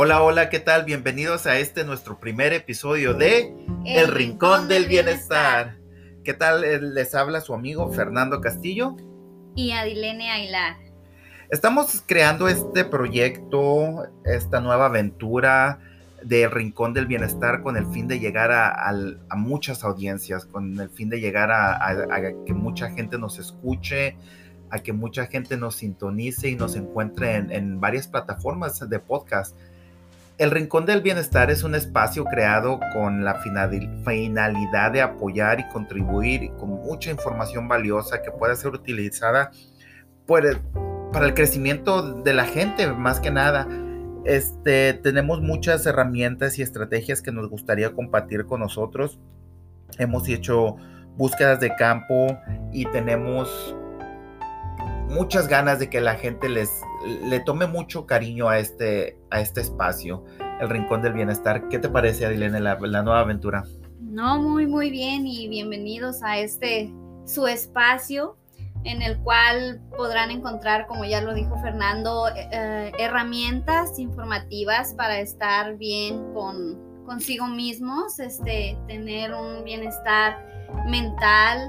Hola, hola, ¿qué tal? Bienvenidos a nuestro primer episodio de El Rincón del Bienestar. ¿Qué tal? Les habla su amigo Fernando Castillo. Y Adilene Ailar. Estamos creando este proyecto, esta nueva aventura del Rincón del Bienestar con el fin de llegar a muchas audiencias, con el fin de llegar a que mucha gente nos escuche, a que mucha gente nos sintonice y nos encuentre en varias plataformas de podcast. El Rincón del Bienestar es un espacio creado con la finalidad de apoyar y contribuir con mucha información valiosa que pueda ser utilizada para el crecimiento de la gente, más que nada. Tenemos muchas herramientas y estrategias que nos gustaría compartir con nosotros. Hemos hecho búsquedas de campo y tenemos muchas ganas de que la gente le tome mucho cariño a este espacio, el Rincón del Bienestar. ¿Qué te parece, Adilene, la nueva aventura? No, muy bien, y bienvenidos a su espacio en el cual podrán encontrar, como ya lo dijo Fernando, herramientas informativas para estar bien consigo mismos, tener un bienestar mental,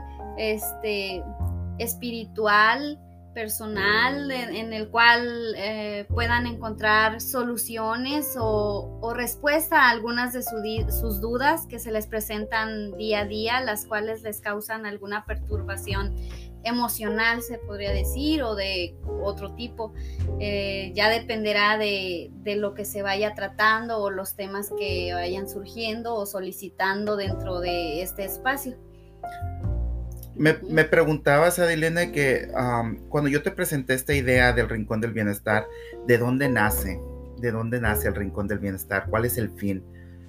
espiritual, personal, en el cual puedan encontrar soluciones o respuesta a algunas de sus dudas que se les presentan día a día, las cuales les causan alguna perturbación emocional, se podría decir, o de otro tipo. Ya dependerá de lo que se vaya tratando o los temas que vayan surgiendo o solicitando dentro de este espacio. Me preguntabas, Adilene, que cuando yo te presenté esta idea del Rincón del Bienestar, ¿de dónde nace? ¿De dónde nace el Rincón del Bienestar? ¿Cuál es el fin?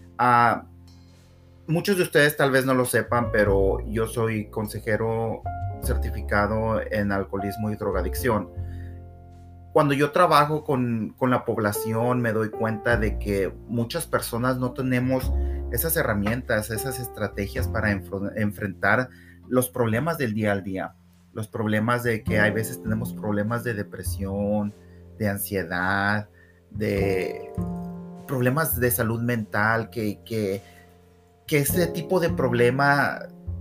Muchos de ustedes tal vez no lo sepan, pero yo soy consejero certificado en alcoholismo y drogadicción. Cuando yo trabajo con la población, me doy cuenta de que muchas personas no tenemos esas herramientas, esas estrategias para enfrentar los problemas del día al día, los problemas de que hay veces tenemos problemas de depresión, de ansiedad, de problemas de salud mental, que ese tipo de problema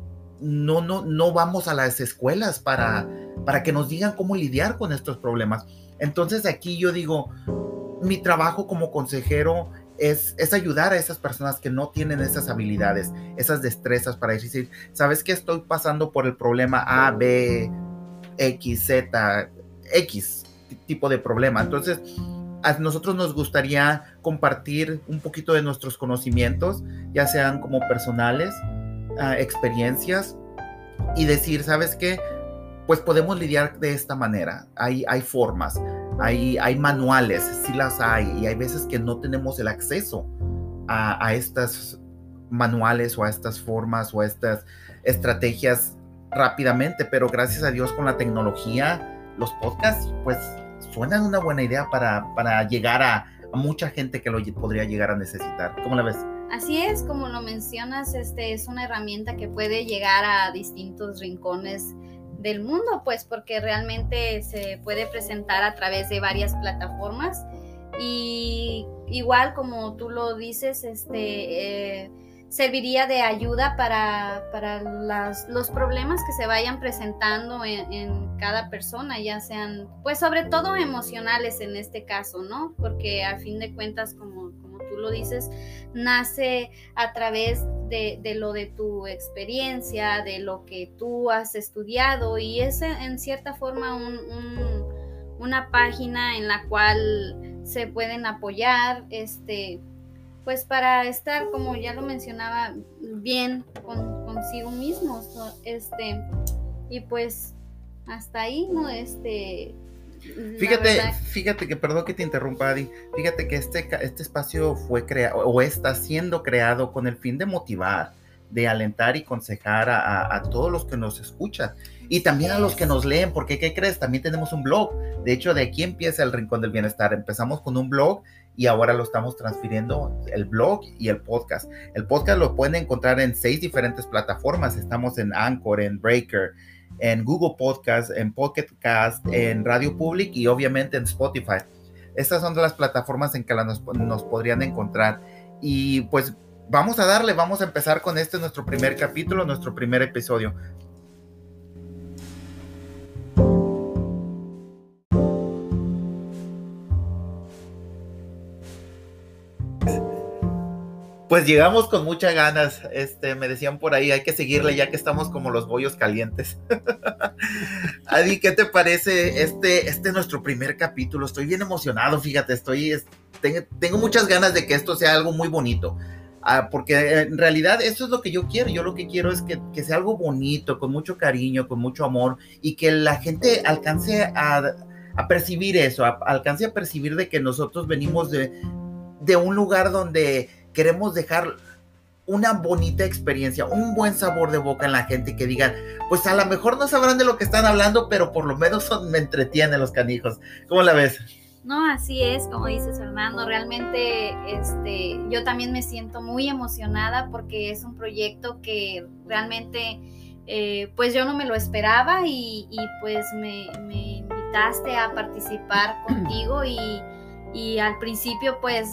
no vamos a las escuelas para que nos digan cómo lidiar con estos problemas. Entonces aquí yo digo, mi trabajo como consejero es ayudar a esas personas que no tienen esas habilidades, esas destrezas para decir, ¿sabes qué? Estoy pasando por el problema A, B, X, Z, X tipo de problema. Entonces, a nosotros nos gustaría compartir un poquito de nuestros conocimientos, ya sean como personales, experiencias, y decir, ¿sabes qué? Pues podemos lidiar de esta manera. Hay formas, hay manuales, sí las hay, y hay veces que no tenemos el acceso a estas manuales o a estas formas o a estas estrategias rápidamente, pero gracias a Dios con la tecnología, los podcasts pues suenan una buena idea para llegar a mucha gente que lo podría llegar a necesitar. ¿Cómo la ves? Así es, como lo mencionas, es una herramienta que puede llegar a distintos rincones del mundo, pues porque realmente se puede presentar a través de varias plataformas, y igual como tú lo dices, serviría de ayuda para los problemas que se vayan presentando en cada persona, ya sean, pues sobre todo emocionales en este caso, ¿no? Porque a fin de cuentas, como tú lo dices, nace a través de lo de tu experiencia, de lo que tú has estudiado, y es en cierta forma una página en la cual se pueden apoyar, pues para estar, como ya lo mencionaba, bien consigo mismos, ¿no? Y pues hasta ahí, ¿no? Fíjate que, perdón que te interrumpa, Adi, fíjate que este espacio fue creado o está siendo creado con el fin de motivar, de alentar y aconsejar a todos los que nos escuchan y también a los que nos leen, porque ¿qué crees? También tenemos un blog. De hecho, de aquí empieza el Rincón del Bienestar. Empezamos con un blog y ahora lo estamos transfiriendo, el blog y el podcast. El podcast lo pueden encontrar en 6 diferentes plataformas. Estamos en Anchor, en Breaker, en Google Podcast, en Pocket Cast, en Radio Public y obviamente en Spotify. Estas son de las plataformas en que nos podrían encontrar. Y pues vamos a darle, vamos a empezar con nuestro primer capítulo, nuestro primer episodio. Pues llegamos con muchas ganas, me decían por ahí, hay que seguirle ya que estamos como los bollos calientes. Adi, ¿qué te parece nuestro primer capítulo? Estoy bien emocionado, fíjate, tengo muchas ganas de que esto sea algo muy bonito, porque en realidad eso es lo que yo quiero. Yo lo que quiero es que sea algo bonito, con mucho cariño, con mucho amor, y que la gente alcance a percibir eso, alcance a percibir de que nosotros venimos de un lugar donde queremos dejar una bonita experiencia, un buen sabor de boca en la gente, y que digan, pues a lo mejor no sabrán de lo que están hablando, pero por lo menos me entretienen los canijos. ¿Cómo la ves? No, así es, como dices, Fernando. Realmente yo también me siento muy emocionada porque es un proyecto que realmente pues yo no me lo esperaba, y pues me invitaste a participar contigo, y al principio pues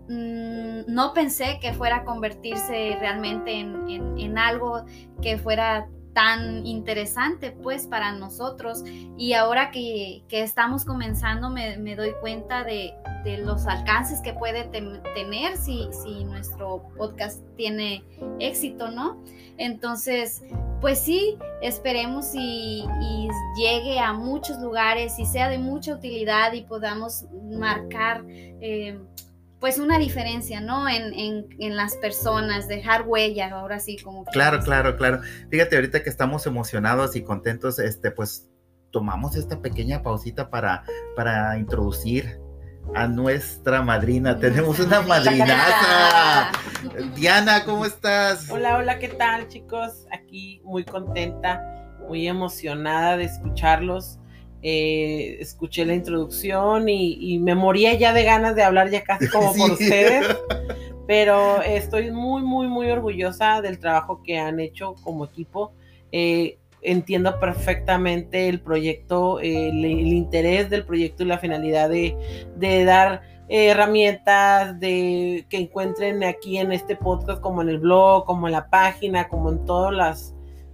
no pensé que fuera a convertirse realmente en algo que fuera tan interesante pues para nosotros. Y ahora que estamos comenzando me doy cuenta de los alcances que puede tener si nuestro podcast tiene éxito, ¿no? Entonces, pues sí, esperemos y llegue a muchos lugares y sea de mucha utilidad, y podamos marcar pues una diferencia, ¿no? En las personas, dejar huella, ahora sí, como... Claro. Fíjate, ahorita que estamos emocionados y contentos, pues tomamos esta pequeña pausita para introducir a nuestra madrina. Tenemos una madrinaza. Diana, ¿cómo estás? Hola, ¿qué tal, chicos? Aquí muy contenta, muy emocionada de escucharlos. Escuché la introducción y me moría ya de ganas de hablar ya casi como por ustedes, pero estoy muy, muy, muy orgullosa del trabajo que han hecho como equipo. Entiendo perfectamente el proyecto, el interés del proyecto y la finalidad de dar herramientas, de que encuentren aquí en este podcast, como en el blog, como en la página, como en todas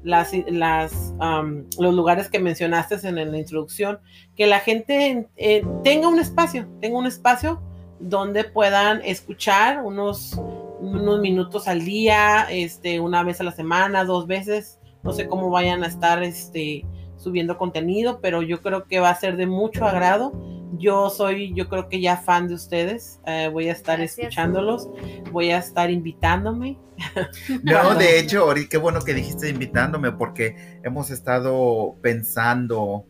los lugares que mencionaste en la introducción, que la gente tenga un espacio donde puedan escuchar unos minutos al día, una vez a la semana, 2 veces, no sé cómo vayan a estar subiendo contenido, pero yo creo que va a ser de mucho agrado. Yo creo que ya fan de ustedes. Voy a estar escuchándolos, voy a estar invitándome. No, de hecho, qué bueno que dijiste invitándome, porque hemos estado pensando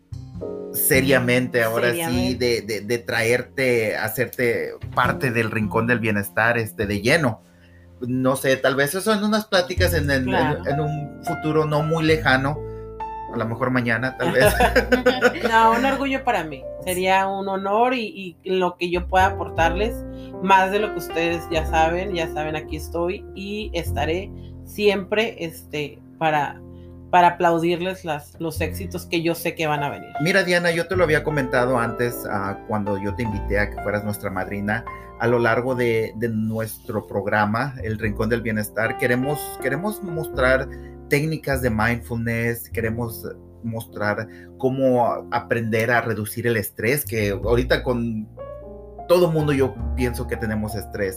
seriamente ahora sí de traerte, hacerte parte del Rincón del Bienestar de lleno. No sé, tal vez eso en unas pláticas en un futuro no muy lejano, a lo mejor mañana, tal vez. No, un orgullo para mí. Sería un honor y lo que yo pueda aportarles, más de lo que ustedes ya saben, aquí estoy y estaré siempre para aplaudirles los éxitos que yo sé que van a venir. Mira, Diana, yo te lo había comentado antes, cuando yo te invité a que fueras nuestra madrina. A lo largo de nuestro programa, El Rincón del Bienestar, queremos mostrar técnicas de mindfulness, queremos mostrar cómo aprender a reducir el estrés, que ahorita con todo mundo yo pienso que tenemos estrés.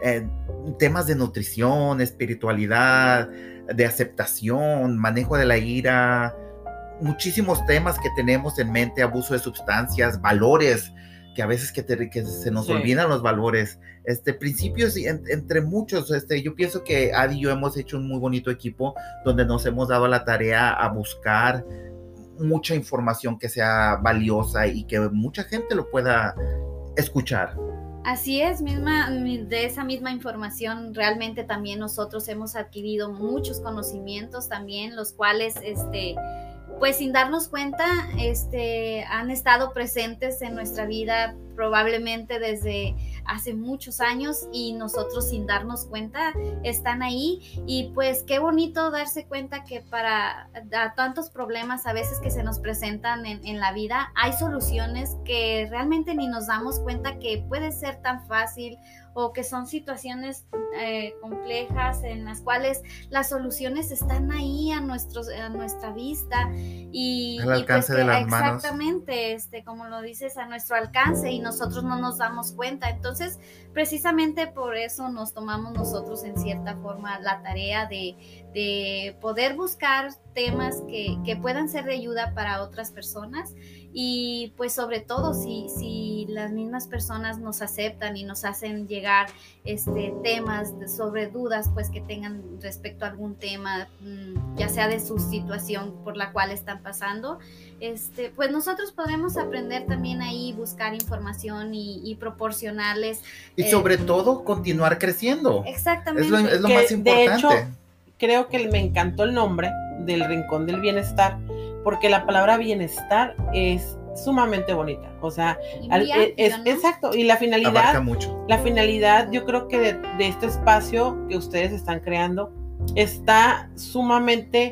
Temas de nutrición, espiritualidad, de aceptación, manejo de la ira, muchísimos temas que tenemos en mente, abuso de sustancias, valores, que a veces que se nos olvidan los valores, principios, entre muchos. Yo pienso que Adi y yo hemos hecho un muy bonito equipo donde nos hemos dado la tarea a buscar mucha información que sea valiosa y que mucha gente lo pueda escuchar. Así es, de esa misma información realmente también nosotros hemos adquirido muchos conocimientos también, los cuales pues sin darnos cuenta han estado presentes en nuestra vida, probablemente desde hace muchos años y nosotros sin darnos cuenta están ahí. Y pues qué bonito darse cuenta que para tantos problemas a veces que se nos presentan en la vida, hay soluciones que realmente ni nos damos cuenta que puede ser tan fácil, o que son situaciones complejas en las cuales las soluciones están ahí a nuestra vista y al alcance de las manos. Exactamente, como lo dices, a nuestro alcance, y nosotros no nos damos cuenta. Entonces, precisamente por eso nos tomamos nosotros en cierta forma la tarea de poder buscar temas que puedan ser de ayuda para otras personas. Y pues sobre todo si las mismas personas nos aceptan y nos hacen llegar temas sobre dudas pues que tengan respecto a algún tema, ya sea de su situación por la cual están pasando, pues nosotros podremos aprender también ahí, buscar información y proporcionarles. Y sobre todo continuar creciendo. Exactamente. Es lo más importante. De hecho, creo que me encantó el nombre del Rincón del Bienestar, porque la palabra bienestar es sumamente bonita, o sea, exacto, y la finalidad, abarca mucho. La finalidad, yo creo que de este espacio que ustedes están creando está sumamente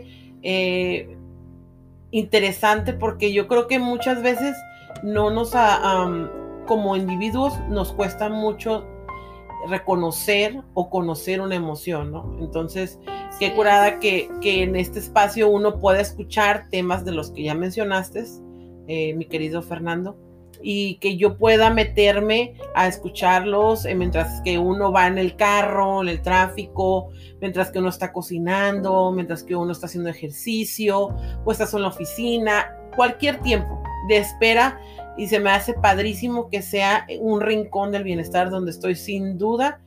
interesante, porque yo creo que muchas veces no nos como individuos nos cuesta mucho reconocer o conocer una emoción, ¿no? Entonces, qué curada que en este espacio uno pueda escuchar temas de los que ya mencionaste, mi querido Fernando, y que yo pueda meterme a escucharlos mientras que uno va en el carro, en el tráfico, mientras que uno está cocinando, mientras que uno está haciendo ejercicio, o estás en la oficina, cualquier tiempo de espera. Y se me hace padrísimo que sea un rincón del bienestar donde estoy sin duda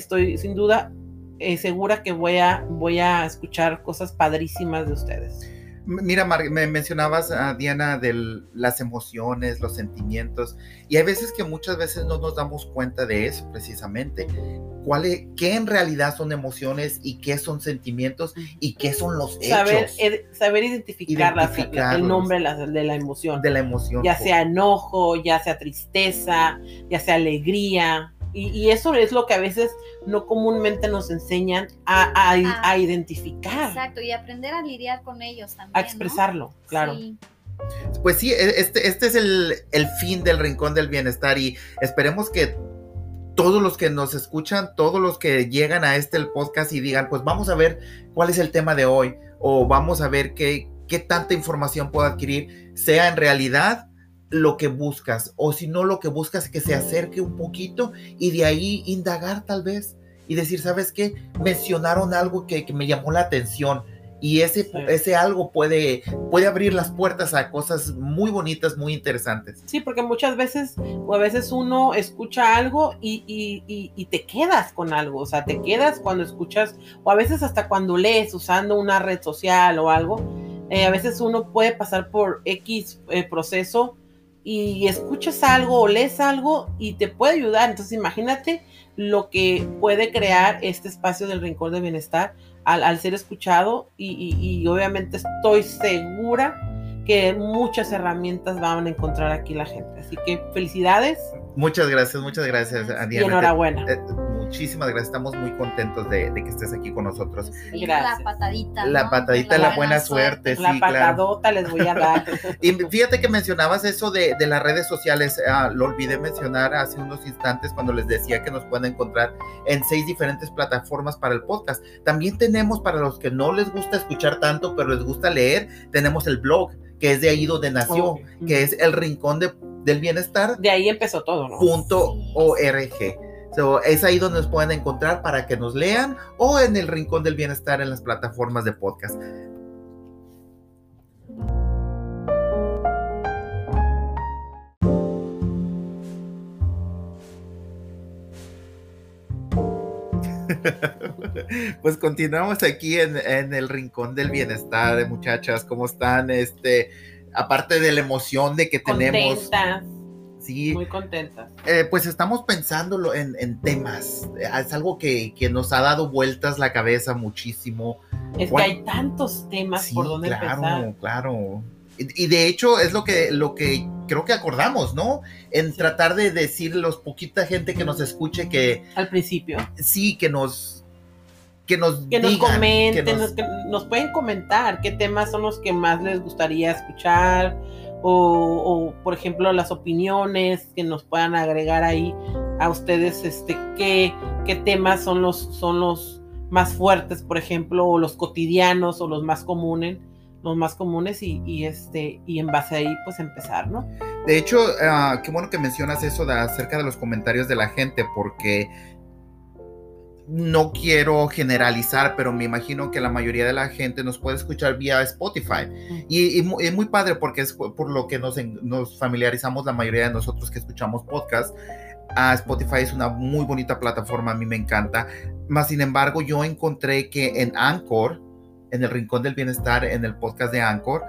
segura que voy a escuchar cosas padrísimas de ustedes. Mira, me mencionabas, Diana, de las emociones, los sentimientos, y hay veces que muchas veces no nos damos cuenta de eso precisamente. ¿Qué en realidad son emociones y qué son sentimientos y qué son los hechos? Saber identificar el nombre de la emoción. De la emoción. Ya sea enojo, ya sea tristeza, ya sea alegría. Y eso es lo que a veces no comúnmente nos enseñan a identificar. Exacto, y aprender a lidiar con ellos también, a expresarlo, ¿no? Claro. Sí. Pues sí, este es el fin del Rincón del Bienestar, y esperemos que todos los que nos escuchan, todos los que llegan a el podcast y digan, pues vamos a ver cuál es el tema de hoy, o vamos a ver qué tanta información puedo adquirir, sea en realidad lo que buscas, o si no lo que buscas, que se acerque un poquito y de ahí indagar tal vez y decir, ¿sabes qué? Mencionaron algo que me llamó la atención, y ese algo puede abrir las puertas a cosas muy bonitas, muy interesantes. Sí, porque muchas veces o a veces uno escucha algo y te quedas con algo, o sea, te quedas cuando escuchas, o a veces hasta cuando lees usando una red social o algo, a veces uno puede pasar por X proceso y escuchas algo o lees algo y te puede ayudar. Entonces imagínate lo que puede crear este espacio del Rincón de Bienestar al ser escuchado, y obviamente estoy segura que muchas herramientas van a encontrar aquí la gente. Así que felicidades. Muchas gracias, Diana. Y enhorabuena. Muchísimas gracias, estamos muy contentos de que estés aquí con nosotros. Sí, gracias. La patadita. La patadita de la buena suerte. La patadota, claro. Les voy a dar. Y fíjate que mencionabas eso de las redes sociales, lo olvidé mencionar hace unos instantes cuando les decía que nos pueden encontrar en 6 diferentes plataformas para el podcast. También tenemos, para los que no les gusta escuchar tanto, pero les gusta leer, tenemos el blog, que es de ahí donde nació, que es el Rincón del Bienestar. De ahí empezó todo, ¿no? .org. Es ahí donde nos pueden encontrar para que nos lean, o en el Rincón del Bienestar en las plataformas de podcast. Pues continuamos aquí en el Rincón del Bienestar, muchachas, ¿cómo están? Aparte de la emoción de que tenemos... Contentas. Sí, muy contentas. Pues estamos pensándolo en temas. Es algo que nos ha dado vueltas la cabeza muchísimo. Es que hay tantos temas por donde empezar. Claro. Y de hecho es lo que creo que acordamos, ¿no? En tratar de decir los poquita gente que nos escuche que... Al principio. Sí, que nos digan, comenten, que nos pueden comentar qué temas son los que más les gustaría escuchar, o por ejemplo las opiniones que nos puedan agregar ahí a ustedes, qué temas son los más fuertes, por ejemplo, o los cotidianos, o los más comunes, y en base a ahí pues empezar, ¿no? De hecho, qué bueno que mencionas eso acerca de los comentarios de la gente, porque no quiero generalizar, pero me imagino que la mayoría de la gente nos puede escuchar vía Spotify. Y es muy padre, porque es por lo que nos familiarizamos la mayoría de nosotros que escuchamos podcast. Spotify es una muy bonita plataforma, a mí me encanta. Más sin embargo, yo encontré que en Anchor, en el Rincón del Bienestar, en el podcast de Anchor,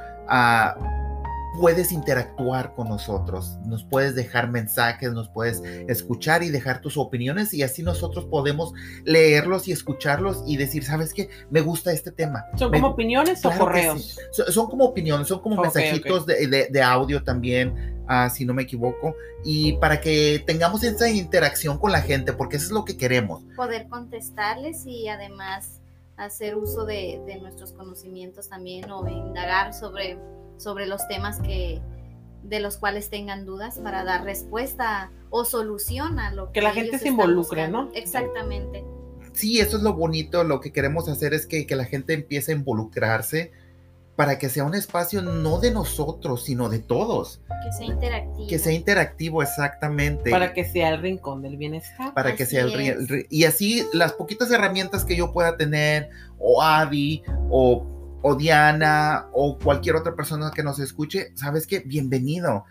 puedes interactuar con nosotros, nos puedes dejar mensajes, nos puedes escuchar y dejar tus opiniones, y así nosotros podemos leerlos y escucharlos y decir, ¿sabes qué? Me gusta este tema. ¿Son como opiniones o correos? Sí. Son como opiniones, son como mensajitos de audio también, si no me equivoco, y para que tengamos esa interacción con la gente, porque eso es lo que queremos. Poder contestarles y además hacer uso de nuestros conocimientos también, o indagar sobre los temas de los cuales tengan dudas, para dar respuesta o solución a lo que la gente se involucre, ¿no? Exactamente. Sí, eso es lo bonito. Lo que queremos hacer es que la gente empiece a involucrarse, para que sea un espacio no de nosotros, sino de todos. Que sea interactivo. Que sea interactivo, exactamente. Para que sea el Rincón del Bienestar. Para que sea y así las poquitas herramientas que yo pueda tener, o Adi, o Diana, o cualquier otra persona que nos escuche, ¿sabes qué? Bienvenido.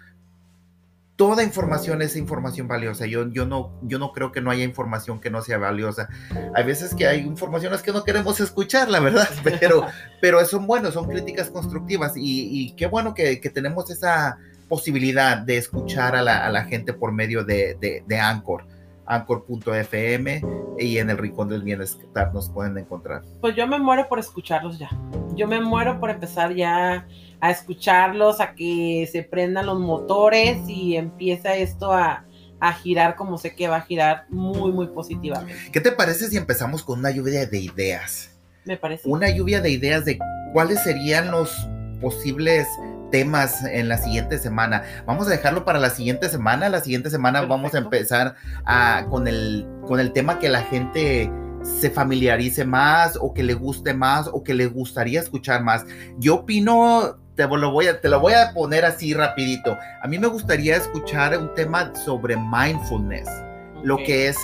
Toda información es información valiosa. Yo no creo que no haya información que no sea valiosa. Hay veces que hay informaciones que no queremos escuchar, la verdad, pero son buenos, son críticas constructivas, y qué bueno que tenemos esa posibilidad de escuchar a la gente por medio de Anchor. Anchor.fm, y en el Rincón del Bienestar nos pueden encontrar. Pues yo me muero por escucharlos ya. Yo me muero por empezar ya a escucharlos, a que se prendan los motores y empieza esto a girar como sé que va a girar muy, muy positivamente. ¿Qué te parece si empezamos con una lluvia de ideas? Me parece. Una lluvia de ideas de cuáles serían los posibles temas en la siguiente semana. Vamos a dejarlo para la siguiente semana. La siguiente semana Perfecto. Vamos a empezar con el tema que la gente se familiarice más, o que le guste más, o que le gustaría escuchar más. Yo opino, te lo voy a poner así rapidito. A mí me gustaría escuchar un tema sobre mindfulness, lo que es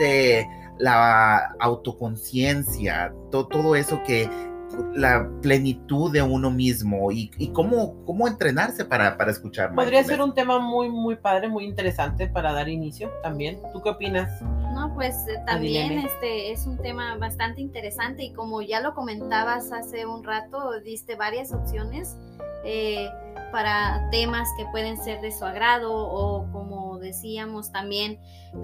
la autoconciencia, todo eso, que la plenitud de uno mismo, y cómo entrenarse para escuchar. Podría ser un tema muy, muy padre, muy interesante para dar inicio también. ¿Tú qué opinas? No, pues también es un tema bastante interesante, y como ya lo comentabas hace un rato, diste varias opciones para temas que pueden ser de su agrado, o como decíamos también,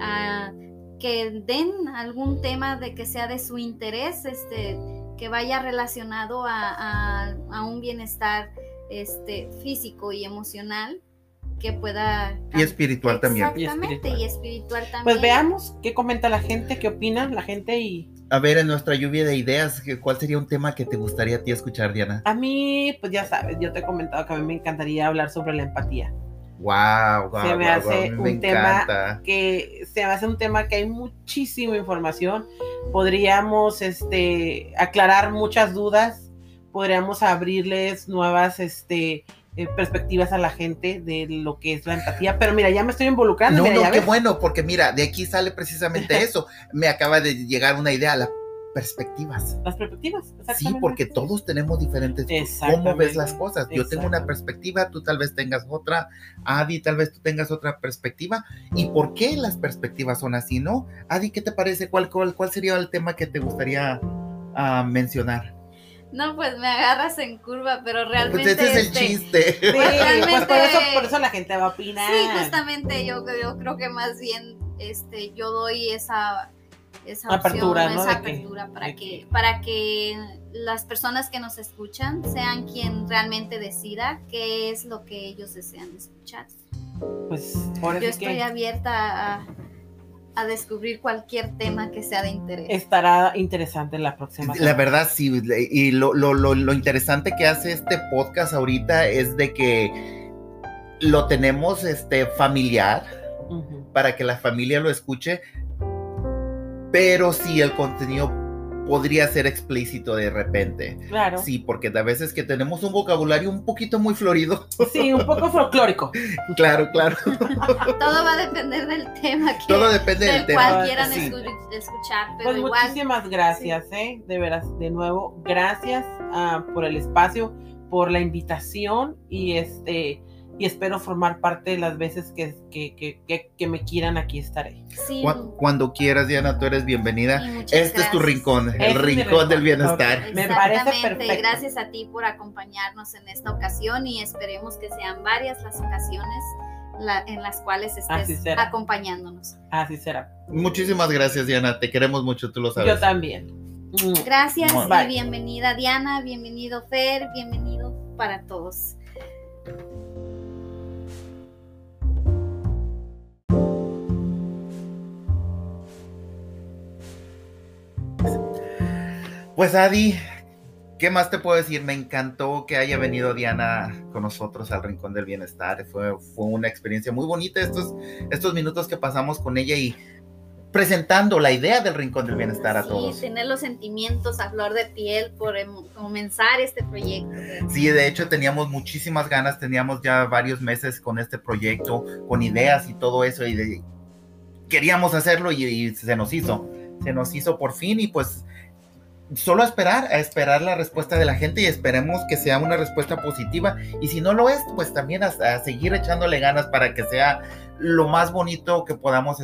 que den algún tema de que sea de su interés, que vaya relacionado a un bienestar físico y emocional, que pueda... Y espiritual también. Exactamente, y espiritual también. Pues veamos qué comenta la gente, qué opina la gente. Y a ver, en nuestra lluvia de ideas, ¿cuál sería un tema que te gustaría a ti escuchar, Diana? A mí, pues ya sabes, yo te he comentado que a mí me encantaría hablar sobre la empatía. Wow, se me hace un tema que hay muchísima información. Podríamos aclarar muchas dudas, podríamos abrirles nuevas perspectivas a la gente de lo que es la empatía. Pero mira, ya me estoy involucrando. Qué bueno, porque mira, de aquí sale precisamente eso. Me acaba de llegar una idea, las perspectivas, exactamente. Sí, porque todos tenemos diferentes. ¿Cómo ves las cosas? Yo tengo una perspectiva, tú tal vez tengas otra, Adi, tal vez tú tengas otra perspectiva. ¿Y por qué las perspectivas son así, no? Adi, ¿qué te parece? ¿Cuál sería el tema que te gustaría mencionar? No, pues me agarras en curva, pero realmente... Pues ese es el chiste. Pues realmente, pues por eso la gente va a opinar. Sí, justamente yo creo que más bien yo doy esa apertura, opción, ¿no? Esa apertura para que las personas que nos escuchan sean quien realmente decida qué es lo que ellos desean escuchar. pues ahora Yo sí que estoy abierta a descubrir cualquier tema que sea de interés. estará interesante la próxima La semana. verdad, sí, y lo interesante que hace este podcast ahorita es de que lo tenemos familiar para que la familia lo escuche, pero sí el contenido podría ser explícito de repente. Claro. Sí, porque a veces que tenemos un vocabulario un poquito muy florido. Sí, un poco folclórico. Claro. Todo va a depender del tema que Todo depende del tema. cual quieran Sí. escuchar, pero Pues igual. muchísimas gracias, de veras, de nuevo, gracias por el espacio, por la invitación y espero formar parte de las veces que me quieran, aquí estaré. Sí. Cuando quieras, Diana, tú eres bienvenida. Y muchas Este es tu gracias. rincón, Este el es mi rincón del rincón. bienestar. Ok. Me parece Exactamente, perfecto. gracias a ti por acompañarnos en esta ocasión y esperemos que sean varias las ocasiones en las cuales Así estés será. acompañándonos. Así será. Muchísimas gracias, Diana. Te queremos mucho, tú lo sabes. Yo también. Gracias Bye. y bienvenida Diana, bienvenido Fer, bienvenido para todos. Pues Adi, ¿qué más te puedo decir? Me encantó que haya venido Diana con nosotros al Rincón del Bienestar. Fue una experiencia muy bonita estos minutos que pasamos con ella y presentando la idea del Rincón del Bienestar a todos. Sí, tener los sentimientos a flor de piel por comenzar este proyecto. Sí, de hecho teníamos muchísimas ganas, teníamos ya varios meses con este proyecto, con ideas y todo eso, y queríamos hacerlo y se nos hizo por fin, y pues solo a esperar la respuesta de la gente y esperemos que sea una respuesta positiva, y si no lo es, pues también a seguir echándole ganas para que sea lo más bonito que podamos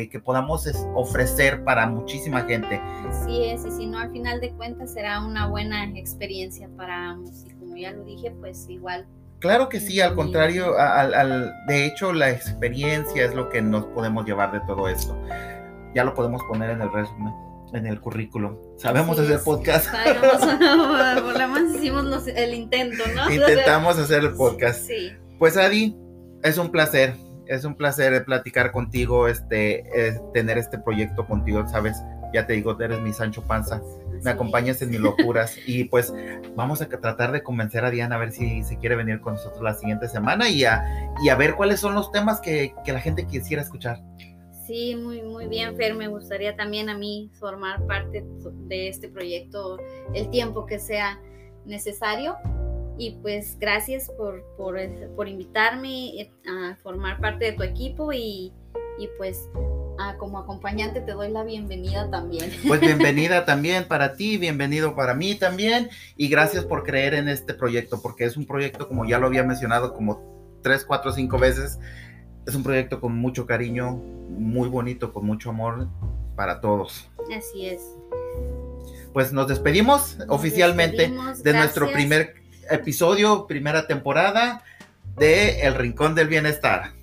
ofrecer para muchísima gente. Así es, y si no, al final de cuentas será una buena experiencia para ambos, y como ya lo dije, pues igual. Claro que sí, al contrario, de hecho la experiencia es lo que nos podemos llevar de todo esto. Ya lo podemos poner en el resumen, en el currículum. Sabemos hacer podcast. Por lo menos hicimos el intento, ¿no? Intentamos hacer el podcast. Sí. Pues Adi, es un placer platicar contigo, tener este proyecto contigo, sabes, ya te digo, eres mi Sancho Panza, me acompañas en mis locuras, y pues vamos a tratar de convencer a Diana a ver si se quiere venir con nosotros la siguiente semana y a ver cuáles son los temas que la gente quisiera escuchar. Sí, muy bien, Fer, me gustaría también a mí formar parte de este proyecto el tiempo que sea necesario. Y pues gracias por invitarme a formar parte de tu equipo y pues como acompañante te doy la bienvenida también. Pues bienvenida también para ti, bienvenido para mí también, y gracias por creer en este proyecto, porque es un proyecto, como ya lo había mencionado como 3, 4, 5 veces, es un proyecto con mucho cariño, muy bonito, con mucho amor para todos. Así es. Pues nos despedimos oficialmente de nuestro primer episodio, primera temporada de El Rincón del Bienestar.